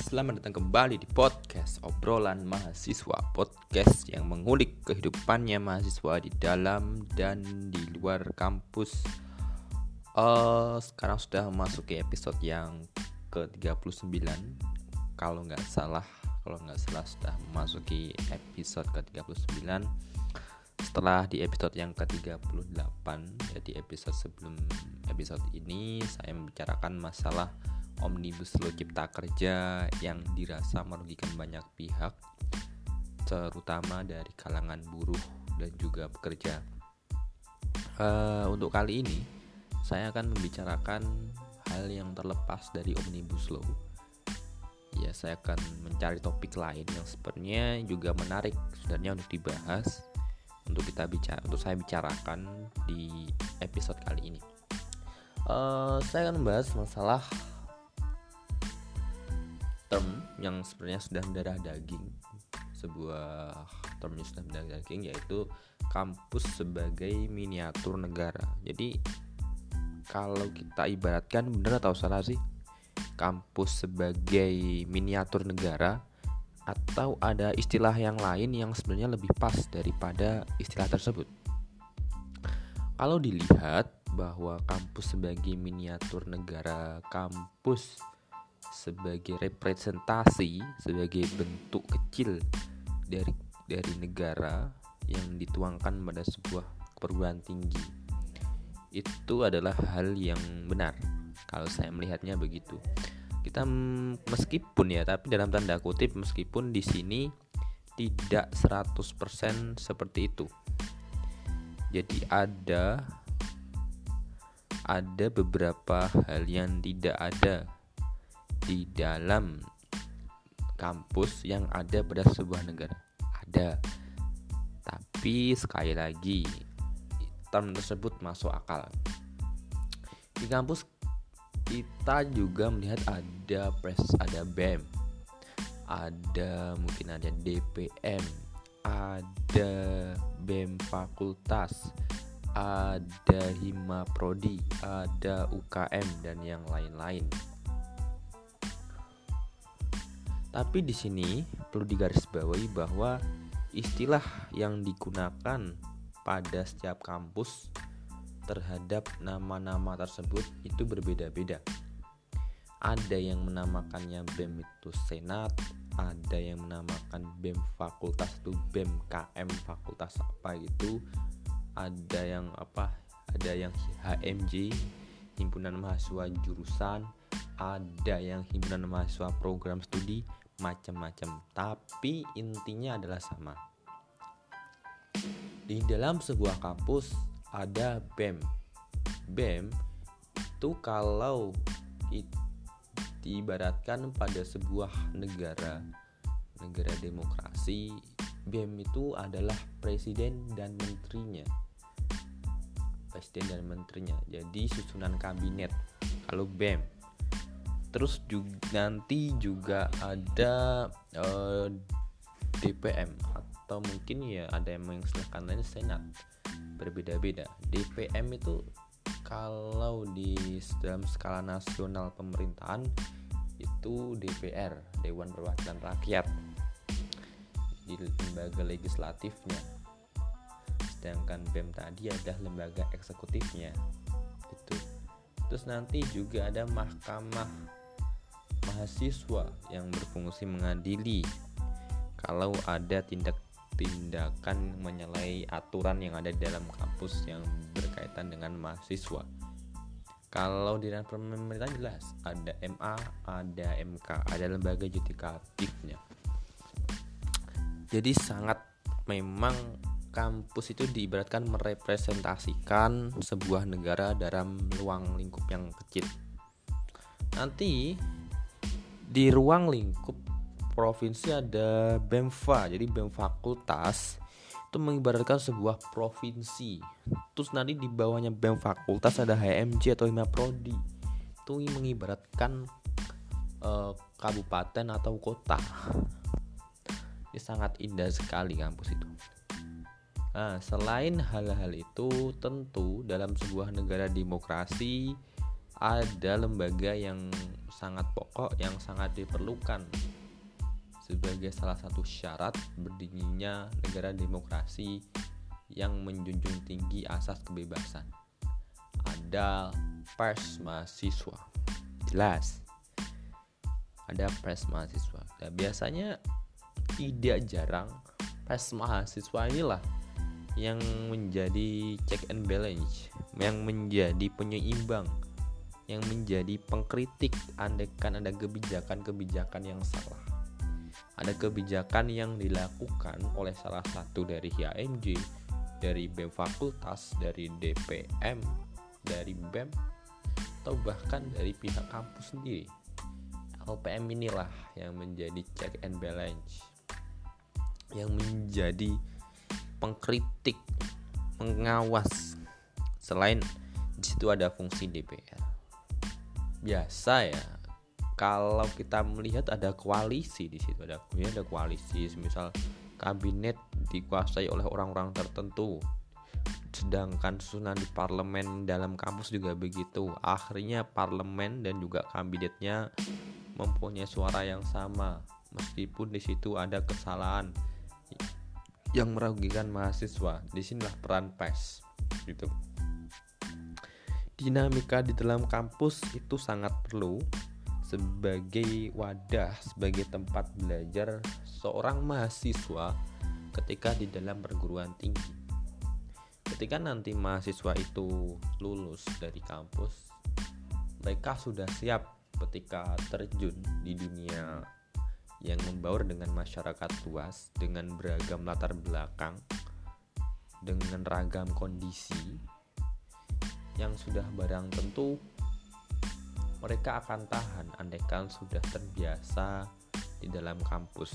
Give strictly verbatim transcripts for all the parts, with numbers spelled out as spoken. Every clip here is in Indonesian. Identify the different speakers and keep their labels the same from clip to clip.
Speaker 1: Selamat datang kembali di podcast Obrolan Mahasiswa. Podcast yang mengulik kehidupannya mahasiswa di dalam dan di luar kampus. uh, Sekarang sudah memasuki episode yang ke tiga puluh sembilan. Kalau nggak salah Kalau nggak salah sudah memasuki episode ke tiga puluh sembilan. Setelah di episode yang ke tiga puluh delapan, jadi episode sebelum episode ini saya membicarakan masalah Omnibus Law Cipta Kerja yang dirasa merugikan banyak pihak, terutama dari kalangan buruh dan juga pekerja. Uh, untuk kali ini saya akan membicarakan hal yang terlepas dari Omnibus Law. Ya, saya akan mencari topik lain yang sebenarnya juga menarik sebenarnya untuk dibahas, untuk kita bicara, untuk saya bicarakan di episode kali ini. Uh, saya akan membahas masalah term yang sebenarnya sudah mendarah daging, sebuah term yang sudah mendarah daging, yaitu kampus sebagai miniatur negara. Jadi kalau kita ibaratkan, benar atau salah sih kampus sebagai miniatur negara, atau ada istilah yang lain yang sebenarnya lebih pas daripada istilah tersebut? Kalau dilihat bahwa kampus sebagai miniatur negara, kampus sebagai representasi, sebagai bentuk kecil dari dari negara yang dituangkan pada sebuah perguruan tinggi, itu adalah hal yang benar kalau saya melihatnya begitu. Kita meskipun ya, tapi dalam tanda kutip, meskipun di sini tidak seratus persen seperti itu. Jadi ada ada beberapa hal yang tidak ada di dalam kampus yang ada pada sebuah negara. Ada, tapi sekali lagi term tersebut masuk akal. Di kampus kita juga melihat ada pres, ada B E M, ada mungkin ada D P M, ada B E M fakultas, ada Hima Prodi, ada U K M dan yang lain-lain. Tapi di sini perlu digarisbawahi bahwa istilah yang digunakan pada setiap kampus terhadap nama-nama tersebut itu berbeda-beda. Ada yang menamakannya B E M itu senat, ada yang menamakan B E M fakultas itu B E M K M fakultas apa gitu, ada yang apa, ada yang H M J, himpunan mahasiswa jurusan, ada yang himpunan mahasiswa program studi, macam-macam. Tapi intinya adalah sama. Di dalam sebuah kampus ada B E M. B E M itu kalau diibaratkan pada sebuah negara, negara demokrasi, B E M itu adalah presiden dan menterinya. Presiden dan menterinya. Jadi susunan kabinet kalau B E M. Terus juga, nanti juga ada uh, D P M, atau mungkin ya ada yang mengistilahkan lain senat, berbeda-beda. D P M itu kalau di dalam skala nasional pemerintahan itu D P R, Dewan Perwakilan Rakyat, di lembaga legislatifnya. Sedangkan B E M tadi adalah lembaga eksekutifnya. Itu. Terus nanti juga ada mahkamah mahasiswa yang berfungsi mengadili kalau ada tindak-tindakan menyalahi aturan yang ada di dalam kampus yang berkaitan dengan mahasiswa. Kalau di dalam pemerintahan jelas ada M A, ada M K, ada lembaga yudikatifnya. Jadi sangat memang kampus itu diibaratkan merepresentasikan sebuah negara dalam ruang lingkup yang kecil. Nanti di ruang lingkup provinsi ada B E M F A, jadi B E M fakultas itu mengibaratkan sebuah provinsi. Terus nanti di bawahnya B E M fakultas ada H M J atau Hima Prodi, itu mengibaratkan uh, kabupaten atau kota. Ini sangat indah sekali kampus itu. Nah, selain hal-hal itu, tentu dalam sebuah negara demokrasi ada lembaga yang sangat pokok, yang sangat diperlukan sebagai salah satu syarat berdirinya negara demokrasi yang menjunjung tinggi asas kebebasan. Ada pers mahasiswa. Jelas. Ada pers mahasiswa. Dan biasanya tidak jarang pers mahasiswa inilah yang menjadi check and balance, yang menjadi penyeimbang, yang menjadi pengkritik andaikan ada kebijakan-kebijakan yang salah. Ada kebijakan yang dilakukan oleh salah satu dari H M J, dari B E M fakultas, dari D P M, dari B E M, atau bahkan dari pihak kampus sendiri. L P M inilah yang menjadi check and balance, yang menjadi pengkritik, pengawas. Selain di situ ada fungsi D P R. Biasa ya, kalau kita melihat ada koalisi di situ, ada ada koalisi, misal kabinet dikuasai oleh orang-orang tertentu, sedangkan susunan di parlemen dalam kampus juga begitu. Akhirnya parlemen dan juga kabinetnya mempunyai suara yang sama, meskipun di situ ada kesalahan yang merugikan mahasiswa. Disinilah peran pers, gitu. Dinamika di dalam kampus itu sangat perlu sebagai wadah, sebagai tempat belajar seorang mahasiswa ketika di dalam perguruan tinggi. Ketika nanti mahasiswa itu lulus dari kampus, mereka sudah siap ketika terjun di dunia yang membaur dengan masyarakat luas, dengan beragam latar belakang, dengan ragam kondisi yang sudah barang tentu mereka akan tahan andaikan sudah terbiasa di dalam kampus.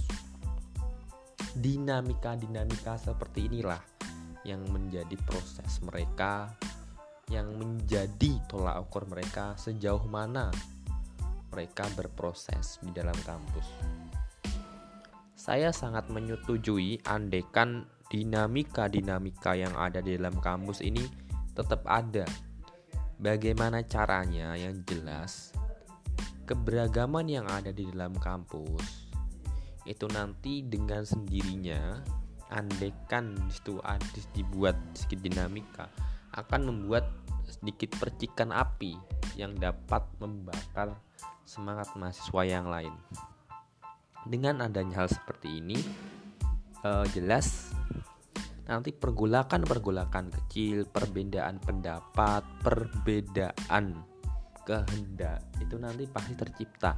Speaker 1: Dinamika-dinamika seperti inilah yang menjadi proses mereka, yang menjadi tolak ukur mereka sejauh mana mereka berproses di dalam kampus. Saya sangat menyetujui andaikan dinamika-dinamika yang ada di dalam kampus ini tetap ada. Bagaimana caranya? Yang jelas, keberagaman yang ada di dalam kampus itu nanti dengan sendirinya, andaikan itu dibuat sedikit dinamika, akan membuat sedikit percikan api yang dapat membakar semangat mahasiswa yang lain. Dengan adanya hal seperti ini, eh, jelas nanti pergolakan-pergolakan kecil, perbedaan pendapat, perbedaan kehendak itu nanti pasti tercipta.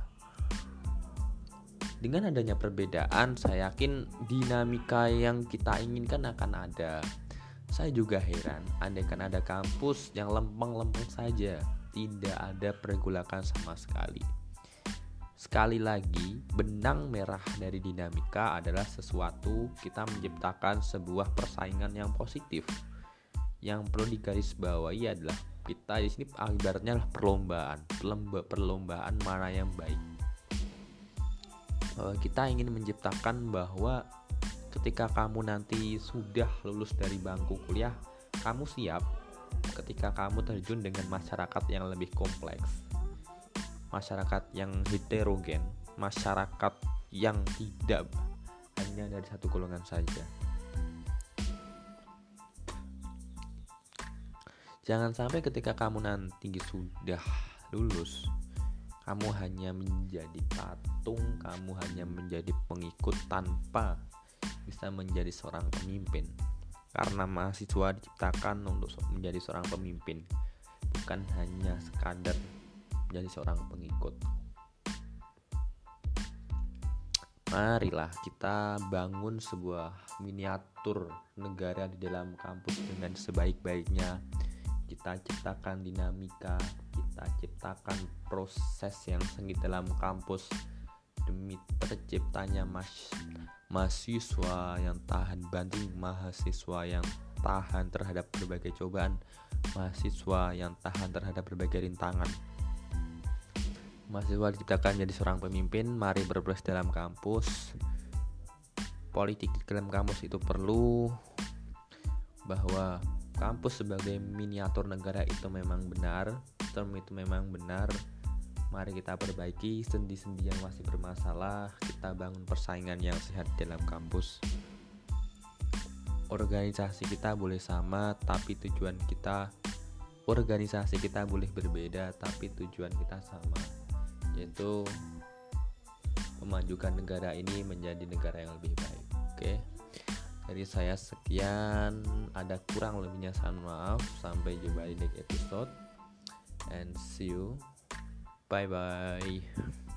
Speaker 1: Dengan adanya perbedaan, saya yakin dinamika yang kita inginkan akan ada. Saya juga heran, andaikan ada kampus yang lempeng-lempeng saja, tidak ada pergolakan sama sekali. Sekali lagi, benang merah dari dinamika adalah sesuatu kita menciptakan sebuah persaingan yang positif. Yang perlu digarisbawahi adalah kita di sini ibaratnya perlombaan, perlombaan mana yang baik. Kita ingin menciptakan bahwa ketika kamu nanti sudah lulus dari bangku kuliah, kamu siap ketika kamu terjun dengan masyarakat yang lebih kompleks, masyarakat yang heterogen, masyarakat yang tidak hanya dari satu golongan saja. Jangan sampai ketika kamu nanti sudah lulus, kamu hanya menjadi patung, kamu hanya menjadi pengikut tanpa bisa menjadi seorang pemimpin. Karena mahasiswa diciptakan untuk menjadi seorang pemimpin, bukan hanya sekadar menjadi seorang pengikut. Marilah kita bangun sebuah miniatur negara di dalam kampus dengan sebaik-baiknya. Kita ciptakan dinamika, kita ciptakan proses yang sengit dalam kampus demi terciptanya mas- mahasiswa yang tahan banting, mahasiswa yang tahan terhadap berbagai cobaan, mahasiswa yang tahan terhadap berbagai rintangan. Mahasiswa diciptakan jadi seorang pemimpin. Mari berproses dalam kampus. Politik di dalam kampus itu perlu, bahwa kampus sebagai miniatur negara itu memang benar, sistem itu memang benar. Mari kita perbaiki sendi-sendi yang masih bermasalah. Kita bangun persaingan yang sehat dalam kampus. Organisasi kita boleh sama, tapi tujuan kita Organisasi kita boleh berbeda, tapi tujuan kita sama, yaitu memajukan negara ini menjadi negara yang lebih baik. Oke, dari saya sekian. Ada kurang lebihnya saya maaf. Sampai jumpa di next episode, and see you. Bye bye.